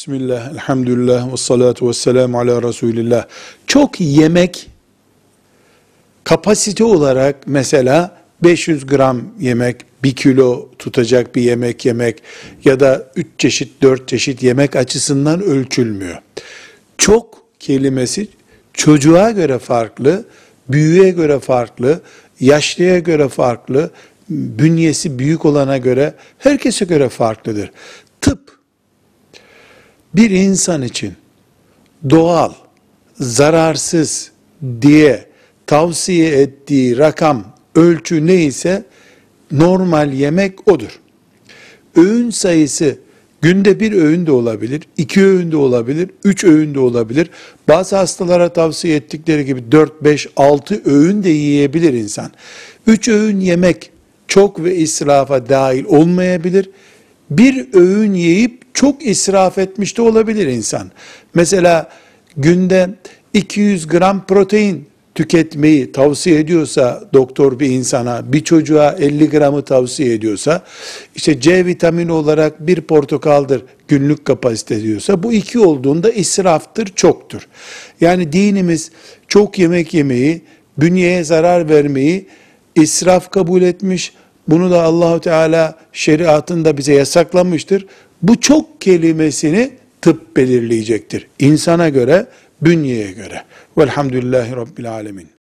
Bismillah, elhamdülillah, ve salatu ve selamu ala Resulillah. Çok yemek, kapasite olarak mesela 500 gram yemek, 1 kilo tutacak bir yemek yemek ya da 3 çeşit, 4 çeşit yemek açısından ölçülmüyor. Çok kelimesi çocuğa göre farklı, büyüğe göre farklı, yaşlıya göre farklı, bünyesi büyük olana göre, herkese göre farklıdır. Tıp, bir insan için doğal, zararsız diye tavsiye ettiği rakam, ölçü neyse normal yemek odur. Öğün sayısı günde bir öğün de olabilir, 2 öğün de olabilir, 3 öğün de olabilir. Bazı hastalara tavsiye ettikleri gibi 4, 5, 6 öğün de yiyebilir insan. 3 öğün yemek çok ve israfa dahil olmayabilir. Bir öğün yiyip çok israf etmiş de olabilir insan. Mesela günde 200 gram protein tüketmeyi tavsiye ediyorsa doktor bir insana, bir çocuğa 50 gramı tavsiye ediyorsa, işte C vitamini olarak bir portakaldır günlük kapasite diyorsa, bu 2 olduğunda israftır, çoktur. Yani dinimiz çok yemek yemeyi, bünyeye zarar vermeyi israf kabul etmiş. Bunu da Allahu Teala şeriatında bize yasaklamıştır. Bu çok kelimesini tıp belirleyecektir. İnsana göre, bünyeye göre. Velhamdülillahi Rabbil Alemin.